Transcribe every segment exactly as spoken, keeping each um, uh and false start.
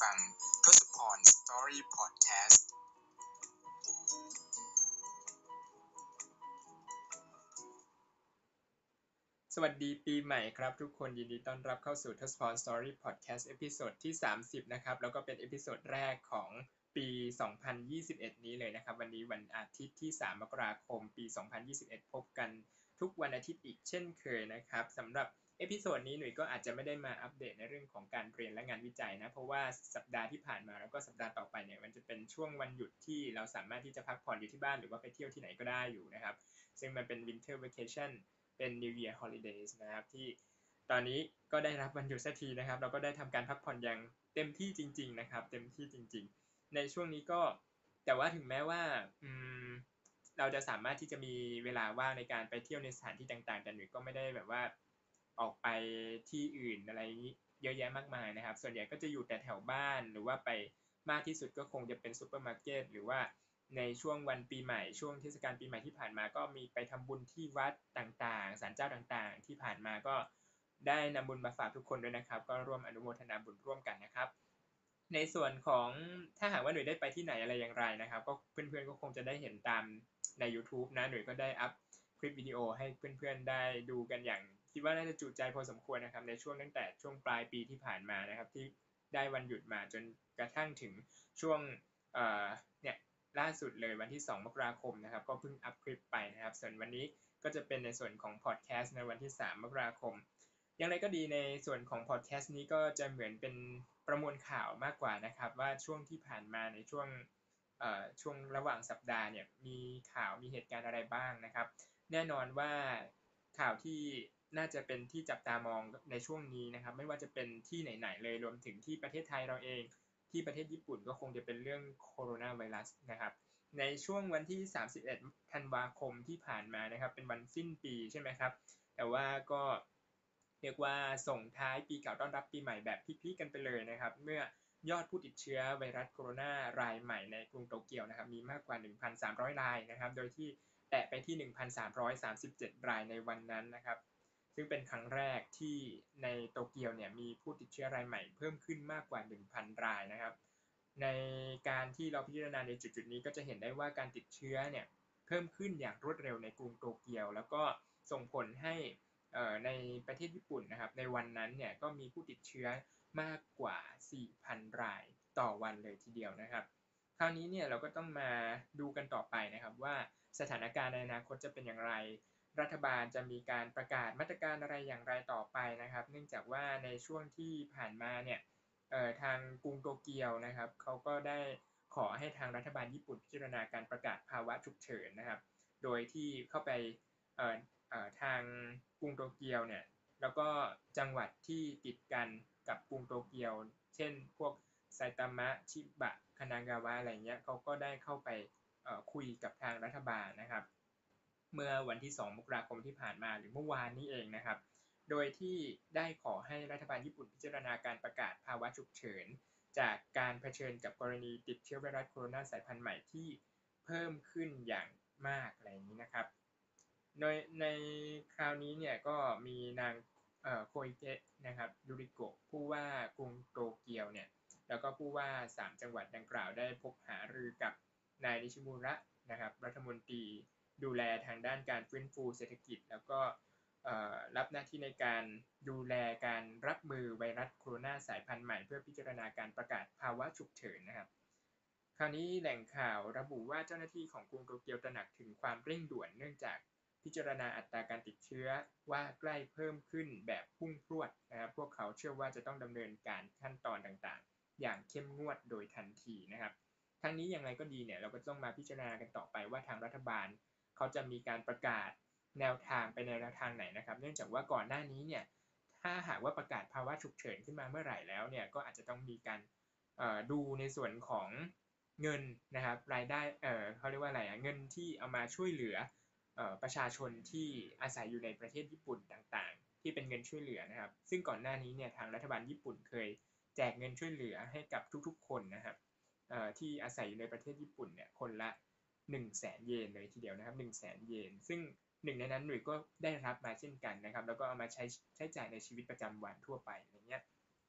ฟังทศพร Story Podcast สวัสดีปีใหม่ครับทุกคนยินดีต้อนรับเข้าสู่ทศพร Story Podcast เอพิโซดที่สามสิบนะครับแล้วก็เป็นเอพิโซดแรกของปีสองพันยี่สิบเอ็ดนี้เลยนะครับวันนี้วันอาทิตย์ที่สามมกราคมปีสองพันยี่สิบเอ็ดพบกันทุกวันอาทิตย์อีกเช่นเคยนะครับสำหรับเอพิโซดนี้หนุ่ยก็อาจจะไม่ได้มาอัปเดตในเรื่องของการเรียนและงานวิจัยนะเพราะว่าสัปดาห์ที่ผ่านมาแล้วก็สัปดาห์ต่อไปเนี่ยมันจะเป็นช่วงวันหยุดที่เราสามารถที่จะพักผ่อนอยู่ที่บ้านหรือว่าไปเที่ยวที่ไหนก็ได้อยู่นะครับซึ่งมันเป็น Winter Vacation เป็น New Year Holidays นะครับที่ตอนนี้ก็ได้รับวันหยุดสักทีนะครับเราก็ได้ทำการพักผ่อนอย่างเต็มที่จริงๆนะครับเต็มที่จริงๆในช่วงนี้ก็แต่ว่าถึงแม้ว่าอืมเราจะสามารถที่จะมีเวลาว่างในการไปเที่ยวในสถานที่ต่างๆแต่หนูก็ไม่ได้แบบว่าออกไปที่อื่นอะไรเยอะแยะมากมายนะครับส่วนใหญ่ก็จะอยู่แต่แถวบ้านหรือว่าไปมากที่สุดก็คงจะเป็นซุปเปอร์มาร์เก็ตหรือว่าในช่วงวันปีใหม่ช่วงเทศกาลปีใหม่ที่ผ่านมาก็มีไปทำบุญที่วัดต่างๆศาลเจ้าต่างๆที่ผ่านมาก็ได้นำบุญมาฝากทุกคนด้วยนะครับก็ร่วมอนุโมทนาบุญร่วมกันนะครับในส่วนของถ้าหากว่าหน่วยได้ไปที่ไหนอะไรอย่างไรนะครับก็เพื่อนๆก็คงจะได้เห็นตามใน YouTube นะหน่วยก็ได้อัพคลิปวิดีโอให้เพื่อนๆได้ดูกันอย่างคิดว่าน่าจะจุใจพอสมควรนะครับในช่วงตั้งแต่ช่วงปลายปีที่ผ่านมานะครับที่ได้วันหยุดมาจนกระทั่งถึงช่วงเอ่อเนี่ยล่าสุดเลยวันที่สองมกราคมนะครับก็เพิ่งอัพคลิปไปนะครับส่วนวันนี้ก็จะเป็นในส่วนของพอดแคสต์ในวันที่สามมกราคมอย่างไรก็ดีในส่วนของพอดแคสต์นี้ก็จะเหมือนเป็นประมวลข่าวมากกว่านะครับว่าช่วงที่ผ่านมาในช่วงเอ่อช่วงระหว่างสัปดาห์เนี่ยมีข่าวมีเหตุการณ์อะไรบ้างนะครับแน่นอนว่าข่าวที่น่าจะเป็นที่จับตามองในช่วงนี้นะครับไม่ว่าจะเป็นที่ไหนๆเลยรวมถึงที่ประเทศไทยเราเองที่ประเทศญี่ปุ่นก็คงจะเป็นเรื่องโคโรนาไวรัสนะครับในช่วงวันที่สามสิบเอ็ดธันวาคมที่ผ่านมานะครับเป็นวันสิ้นปีใช่ไหมครับแต่ว่าก็เรียกว่าส่งท้ายปีเก่าต้อนรับปีใหม่แบบพีคๆกันไปเลยนะครับเมื่อยอดผู้ติดเชื้อไวรัสโคโรนารายใหม่ในกรุงโตเกียวนะครับมีมากกว่า หนึ่งพันสามร้อย รายนะครับโดยที่แตะไปที่ หนึ่งพันสามร้อยสามสิบเจ็ด รายในวันนั้นนะครับซึ่งเป็นครั้งแรกที่ในโตเกียวเนี่ยมีผู้ติดเชื้อรายใหม่เพิ่มขึ้นมากกว่า หนึ่งพัน รายนะครับในการที่เราพิจารณาในจุดๆนี้ก็จะเห็นได้ว่าการติดเชื้อเนี่ยเพิ่มขึ้นอย่างรวดเร็วในกรุงโตเกียวแล้วก็ส่งผลให้ในประเทศญี่ปุ่นนะครับในวันนั้นเนี่ยก็มีผู้ติดเชื้อมากกว่า สี่พัน รายต่อวันเลยทีเดียวนะครับคราวนี้เนี่ยเราก็ต้องมาดูกันต่อไปนะครับว่าสถานการณ์ในอนาคตจะเป็นอย่างไรรัฐบาลจะมีการประกาศมาตรการอะไรอย่างไรต่อไปนะครับเนื่องจากว่าในช่วงที่ผ่านมาเนี่ยเอ่อทางกรุงโตเกียวนะครับเขาก็ได้ขอให้ทางรัฐบาลญี่ปุ่นพิจารณาการประกาศภาวะฉุกเฉินนะครับโดยที่เข้าไปเอ่อเอ่อทางกรุงโตเกียวเนี่ยแล้วก็จังหวัดที่ติดกันกับกรุงโตเกียวเช่นพวกไซตามะชิบะคานางาวะอะไรเงี้ยเขาก็ได้เข้าไปเอ่อคุยกับทางรัฐบาลนะครับเมื่อวันที่สองมกราคมที่ผ่านมาหรือเมื่อวานนี้เองนะครับโดยที่ได้ขอให้รัฐบาลญี่ปุ่นพิจารณาการประกาศภาวะฉุกเฉินจากการเผชิญกับกรณีติดเชื้อไวรัสโคโรนาสายพันธุ์ใหม่ที่เพิ่มขึ้นอย่างมากอะไรอย่างนี้นะครับโดยในคราวนี้เนี่ยก็มีนางเอ่อโคอิเกะนะครับยูริโกะผู้ว่ากรุงโตเกียวเนี่ยแล้วก็ผู้ว่าสามจังหวัดดังกล่าวได้พบหารือกับนายนิชิมุระนะครับรัฐมนตรีดูแลทางด้านการฟื้นฟูเศรษฐกิจแล้วก็รับหน้าที่ในการดูแลการรับมือไวรัสโคโรนาสายพันธุ์ใหม่เพื่อพิจารณาการประกาศภาวะฉุกเฉินนะครับคราวนี้แหล่งข่าวระบุว่าเจ้าหน้าที่ของกรุงโตเกียวตระหนักถึงความเร่งด่วนเนื่องจากพิจารณาอัตราการติดเชื้อว่าใกล้เพิ่มขึ้นแบบพุ่งพรวดนะครับพวกเขาเชื่อว่าจะต้องดำเนินการขั้นตอนต่างๆอย่างเข้มงวดโดยทันทีนะครับทั้งนี้อย่างไรก็ดีเนี่ยเราก็ต้องมาพิจารณากันต่อไปว่าทางรัฐบาลเขาจะมีการประกาศแนวทางไปในแนวทางไหนนะครับเนื่องจากว่าก่อนหน้านี้เนี่ยถ้าหากว่าประกาศภาวะฉุกเฉินขึ้นมาเมื่อไหร่แล้วเนี่ยก็อาจจะต้องมีการดูในส่วนของเงินนะครับรายได้เอ่อเขาเรียกว่าอะไรอ่ะเงินที่เอามาช่วยเหลือเอ่อประชาชนที่อาศัยอยู่ในประเทศญี่ปุ่นต่างๆที่เป็นเงินช่วยเหลือนะครับซึ่งก่อนหน้านี้เนี่ยทางรัฐบาลญี่ปุ่นเคยแจกเงินช่วยเหลือให้กับทุกๆคนนะครับเอ่อที่อาศัยอยู่ในประเทศญี่ปุ่นเนี่ยคนละหนึ่งแสนเยนเลยทีเดียวนะครับหนึ่งแสนเยนซึ่งหนึ่งในนั้นหนุ่ยก็ได้รับมาเช่นกันนะครับแล้วก็เอามาใช้ใช้จ่ายในชีวิตประจำวันทั่วไปอย่างเงี้ยค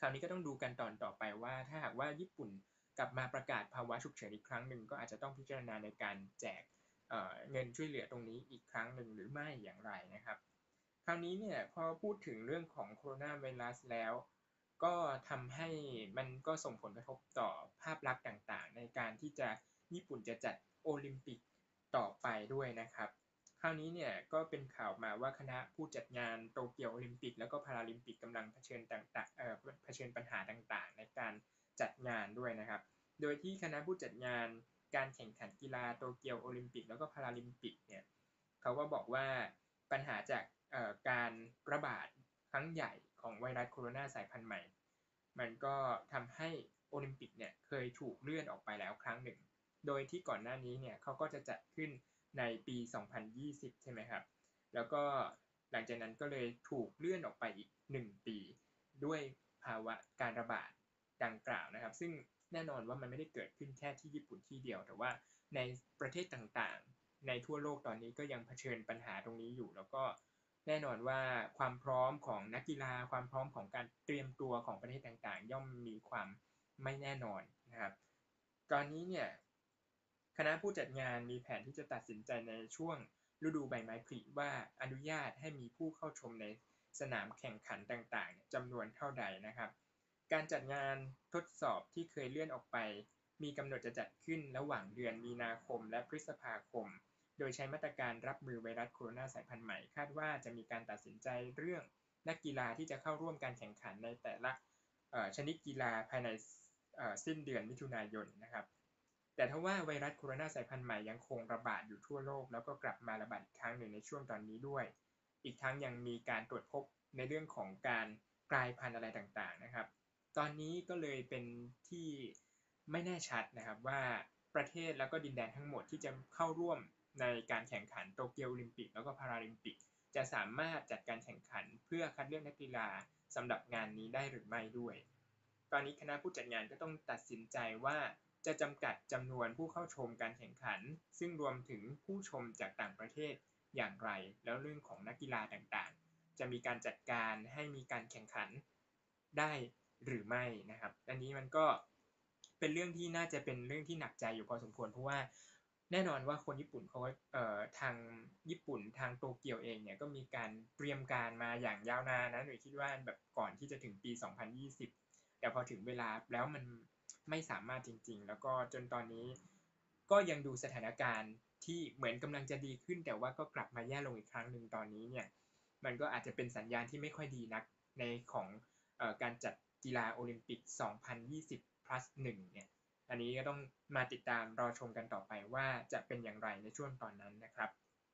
ราวนี้ก็ต้องดูกันตอนต่อไปว่าถ้าหากว่าญี่ปุ่นกลับมาประกาศภาวะฉุกเฉินอีกครั้งหนึ่งก็อาจจะต้องพิจารณาในการแจก เอ่อ เงินช่วยเหลือตรงนี้อีกครั้งหนึ่งหรือไม่อย่างไรนะครับคราวนี้เนี่ยพอพูดถึงเรื่องของโคโรนาไวรัสแล้วก็ทำให้มันก็ส่งผลกระทบต่อภาพลักษณ์ต่างๆในการที่จะญี่ปุ่นจะจัดโอลิมปิกต่อไปด้วยนะครับคราวนี้เนี่ยก็เป็นข่าวมาว่าคณะผู้จัดงานโตเกียวโอลิมปิกแล้วก็พาราลิมปิกกำลังเผชิญต่างๆเอ่อเผชิญปัญหาต่างๆในการจัดงานด้วยนะครับโดยที่คณะผู้จัดงานการแข่งขันกีฬาโตเกียวโอลิมปิกแล้วก็พาราลิมปิกเนี่ยเขาก็บอกว่าปัญหาจากเอ่อการระบาดครั้งใหญ่ของไวรัสโคโรนาสายพันธุ์ใหม่มันก็ทำให้โอลิมปิกเนี่ยเคยถูกเลื่อนออกไปแล้วครั้งหนึ่งโดยที่ก่อนหน้านี้เนี่ยเขาก็จะจัดขึ้นในปีสองพันยี่สิบใช่ไหมครับแล้วก็หลังจากนั้นก็เลยถูกเลื่อนออกไปอีกหนึ่งปีด้วยภาวะการระบาดดังกล่าวนะครับซึ่งแน่นอนว่ามันไม่ได้เกิดขึ้นแค่ที่ญี่ปุ่นที่เดียวแต่ว่าในประเทศต่างๆในทั่วโลกตอนนี้ก็ยังเผชิญปัญหาตรงนี้อยู่แล้วก็แน่นอนว่าความพร้อมของนักกีฬาความพร้อมของการเตรียมตัวของประเทศต่างๆย่อมมีความไม่แน่นอนนะครับตอนนี้เนี่ยคณะผู้จัดงานมีแผนที่จะตัดสินใจในช่วงฤดูใบไม้ผลิว่าอนุญาตให้มีผู้เข้าชมในสนามแข่งขันต่างๆจำนวนเท่าใดนะครับการจัดงานทดสอบที่เคยเลื่อนออกไปมีกำหนดจะจัดขึ้นระหว่างเดือนมีนาคมและพฤษภาคมโดยใช้มาตรการรับมือไวรัสโคโรนาสายพันธุ์ใหม่คาดว่าจะมีการตัดสินใจเรื่องนักกีฬาที่จะเข้าร่วมการแข่งขันในแต่ละชนิดกีฬาภายในสิ้นเดือนมิถุนายนนะครับแต่ถ้าว่าไวรัสโคโรนาสายพันธุ์ใหม่ยังคงระบาดอยู่ทั่วโลกแล้วก็กลับมาระบาดอีกครั้งหนึ่งในช่วงตอนนี้ด้วยอีกทั้งยังมีการตรวจพบในเรื่องของการกลายพันธุ์อะไรต่างๆนะครับตอนนี้ก็เลยเป็นที่ไม่แน่ชัดนะครับว่าประเทศแล้วก็ดินแดนทั้งหมดที่จะเข้าร่วมในการแข่งขันโตเกียวโอลิมปิกแล้วก็พาราลิมปิกจะสามารถจัดการแข่งขันเพื่อคัดเลือกนักกีฬาสำหรับงานนี้ได้หรือไม่ด้วยตอนนี้คณะผู้จัดงานก็ต้องตัดสินใจว่าจะจำกัดจำนวนผู้เข้าชมการแข่งขันซึ่งรวมถึงผู้ชมจากต่างประเทศอย่างไรแล้วเรื่องของนักกีฬาต่างๆจะมีการจัดการให้มีการแข่งขันได้หรือไม่นะครับอันนี้มันก็เป็นเรื่องที่น่าจะเป็นเรื่องที่หนักใจอยู่พอสมควรเพราะว่าแน่นอนว่าคนญี่ปุ่นเขาเอ่อทางญี่ปุ่นทางโตเกียวเองเนี่ยก็มีการเตรียมการมาอย่างยาวนานนะหนูคิดว่าแบบก่อนที่จะถึงปีสองพันยี่สิบแต่พอถึงเวลาแล้วมันไม่สามารถจริงๆแล้วก็จนตอนนี้ก็ยังดูสถานการณ์ที่เหมือนกำลังจะดีขึ้นแต่ว่าก็กลับมาแย่ลงอีกครั้งหนึ่งตอนนี้เนี่ยมันก็อาจจะเป็นสัญญาณที่ไม่ค่อยดีนักในของเอ่อการจัดกีฬาโอลิมปิกสองพันยี่สิบ plus หนึ่งเนี่ยอันนี้ก็ต้องมาติดตามรอชมกันต่อไปว่าจะเป็นอย่างไรในช่วงตอนนั้นนะครับ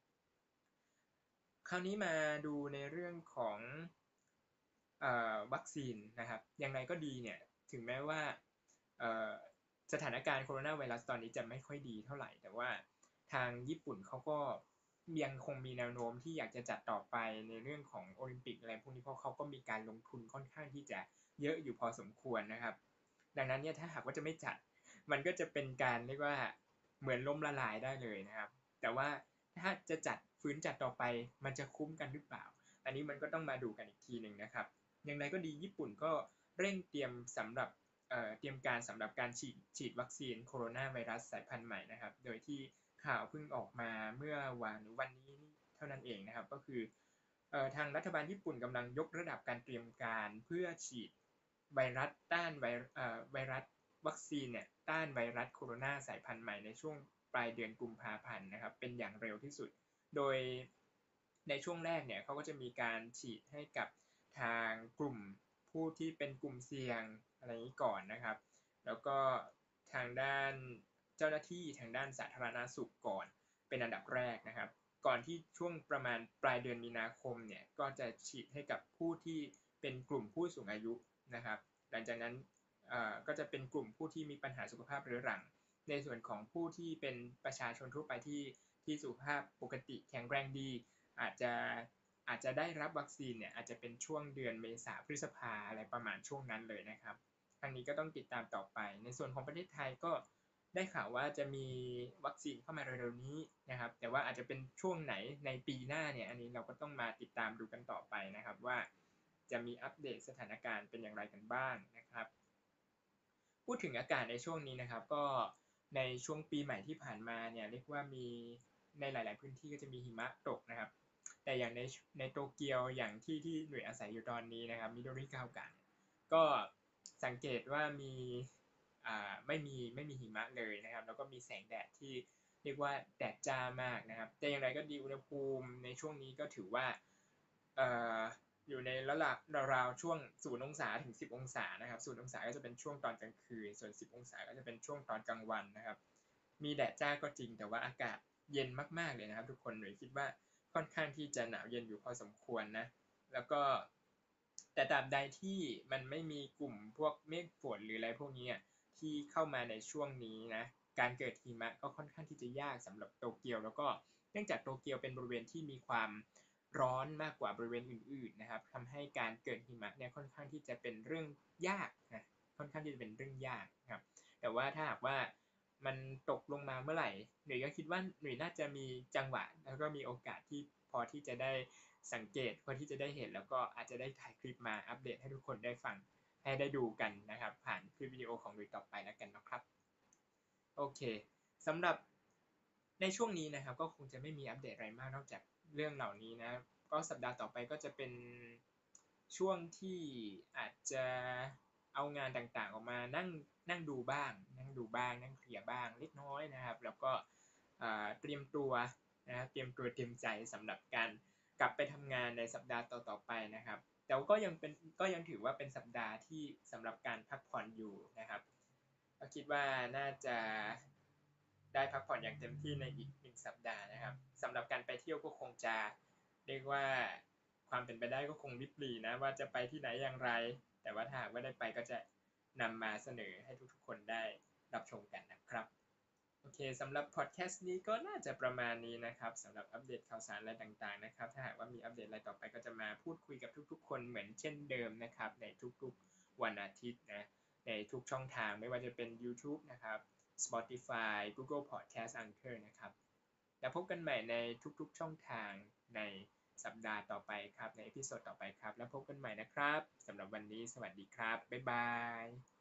คราวนี้มาดูในเรื่องของเอ่อวัคซีนนะครับอย่างไรก็ดีเนี่ยถึงแม้ว่าเอ่อสถานการณ์โคโรนาไวรัสตอนนี้จะไม่ค่อยดีเท่าไหร่แต่ว่าทางญี่ปุ่นเขาก็ยังคงมีแนวโน้มที่อยากจะจัดต่อไปในเรื่องของโอลิมปิกอะไรพวกนี้เพราะเขาก็มีการลงทุนค่อนข้างที่จะเยอะอยู่พอสมควรนะครับดังนั้นเนี่ยถ้าหากว่าจะไม่จัดมันก็จะเป็นการเรียกว่าเหมือนล้มละลายได้เลยนะครับแต่ว่าถ้าจะจัดฝืนจัดต่อไปมันจะคุ้มกันหรือเปล่าอันนี้มันก็ต้องมาดูกันอีกทีหนึ่งนะครับอย่างไรก็ดีญี่ปุ่นก็เร่งเตรียมสำหรับเอ่อเตรียมการสำหรับการฉีดฉีดวัคซีนโคโรนาไวรัสสายพันธุ์ใหม่นะครับโดยที่ข่าวเพิ่งออกมาเมื่อวันวันนี้เท่านั้นเองนะครับก็คือเอ่อทางรัฐบาลญี่ปุ่นกำลังยกระดับการเตรียมการเพื่อฉีดไวรัสต้านไวเอ่อไวรัสวัคซีนเนี่ยต้านไวรัสโคโรนาสายพันธุ์ใหม่ในช่วงปลายเดือนกุมภาพันธ์นะครับเป็นอย่างเร็วที่สุดโดยในช่วงแรกเนี่ยเขาก็จะมีการฉีดให้กับทางกลุ่มผู้ที่เป็นกลุ่มเสี่ยงอะไรนี้ก่อนนะครับแล้วก็ทางด้านเจ้าหน้าที่ทางด้านสาธารณสุขก่อนเป็นอันดับแรกนะครับก่อนที่ช่วงประมาณปลายเดือนมีนาคมเนี่ยก็จะฉีดให้กับผู้ที่เป็นกลุ่มผู้สูงอายุนะครับหลังจากนั้นก็จะเป็นกลุ่มผู้ที่มีปัญหาสุขภาพเรื้อรังในส่วนของผู้ที่เป็นประชาชนทั่วไปที่ที่สุขภาพปกติแข็งแรงดีอาจจะอาจจะได้รับวัคซีนเนี่ยอาจจะเป็นช่วงเดือนเมษาพฤษภาอะไรประมาณช่วงนั้นเลยนะครับทางนี้ก็ต้องติดตามต่อไปในส่วนของประเทศไทยก็ได้ข่าวว่าจะมีวัคซีนเข้ามาเร็วๆนี้นะครับแต่ว่าอาจจะเป็นช่วงไหนในปีหน้าเนี่ยอันนี้เราก็ต้องมาติดตามดูกันต่อไปนะครับว่าจะมีอัปเดตสถานการณ์เป็นอย่างไรกันบ้างนะครับพูดถึงอากาศในช่วงนี้นะครับก็ในช่วงปีใหม่ที่ผ่านมาเนี่ยเรียกว่ามีในหลายๆพื้นที่ก็จะมีหิมะตกนะครับแต่อย่างในในโตเกียวอย่างที่ที่หน่วยอาศัยอยู่ตอนนี้นะครับมิโดริกาวกะก็สังเกตว่ามีอ่าไม่มีไม่มีหิมะเลยนะครับแล้วก็มีแสงแดดที่เรียกว่าแดดจ้ามากนะครับแต่อย่างไรก็ดีอุณหภูมิในช่วงนี้ก็ถือว่าเอ่ออยู่ในระดับราวๆช่วงศูนย์องศาถึงสิบองศานะครับศูนย์องศาก็จะเป็นช่วงตอนกลางคืนส่วนสิบองศาก็จะเป็นช่วงตอนกลางวันนะครับมีแดดจ้าก็จริงแต่ว่าอากาศเย็นมากๆเลยนะครับทุกคนหนูคิดว่าค่อนข้างที่จะหนาวเย็นอยู่พอสมควรนะแล้วก็แต่ตราบใดที่มันไม่มีกลุ่มพวกเมฆฝนหรืออะไรพวกนี้ที่เข้ามาในช่วงนี้นะการเกิดหิมะก็ค่อนข้างที่จะยากสำหรับโตเกียวแล้วก็เนื่องจากโตเกียวเป็นบริเวณที่มีความร้อนมากกว่าบริเวณอื่นๆนะครับทำให้การเกิดหิมะเนี่ยค่อนข้างที่จะเป็นเรื่องยากนะค่อนข้างที่จะเป็นเรื่องยากนะครับแต่ว่าถ้าหากว่ามันตกลงมาเมื่อไหร่หนุ่ยก็คิดว่าหนุ่ยน่าจะมีจังหวะแล้วก็มีโอกาสที่พอที่จะได้สังเกตพอที่จะได้เห็นแล้วก็อาจจะได้ถ่ายคลิปมาอัปเดตให้ทุกคนได้ฟังให้ได้ดูกันนะครับผ่านคลิปวิดีโอของหนุ่ยต่อไปแล้วกันนะครับโอเคสำหรับในช่วงนี้นะครับก็คงจะไม่มีอัปเดตอะไรมากนอกจากเรื่องเหล่านี้นะก็สัปดาห์ต่อไปก็จะเป็นช่วงที่อาจจะเอางานต่างๆออกมานั่งนั่งดูบ้างนั่งดูบ้างนั่งเคลียร์บ้างเล็กน้อยนะครับแล้วก็เตรียมตัวนะเตรียมตัวเตรียมใจสำหรับการกลับไปทำงานในสัปดาห์ต่อๆไปนะครับแต่ก็ยังเป็นก็ยังถือว่าเป็นสัปดาห์ที่สำหรับการพักผ่อนอยู่นะครับก็คิดว่าน่าจะได้พักผ่อนอย่างเต็มที่ในอีกหนึ่งสัปดาห์นะครับสำหรับการไปเที่ยวก็คงจะเรียกว่าความเป็นไปได้ก็คงริบหรี่นะว่าจะไปที่ไหนอย่างไรแต่ว่าถ้าหากว่าได้ไปก็จะนำมาเสนอให้ทุกๆคนได้รับชมกันนะครับโอเคสำหรับพอดแคสต์นี้ก็น่าจะประมาณนี้นะครับสำหรับอัปเดตข่าวสารอะไรต่างๆนะครับถ้าหากว่ามีอัปเดตอะไรต่อไปก็จะมาพูดคุยกับทุกๆคนเหมือนเช่นเดิมนะครับในทุกๆวันอาทิตย์นะในทุกช่องทางไม่ว่าจะเป็น YouTube นะครับ Spotify Google Podcast Anchor นะครับแล้วพบกันใหม่ในทุกๆช่องทางในสัปดาห์ต่อไปครับในเอพิโซดต่อไปครับแล้วพบกันใหม่นะครับสำหรับวันนี้สวัสดีครับบ๊ายบาย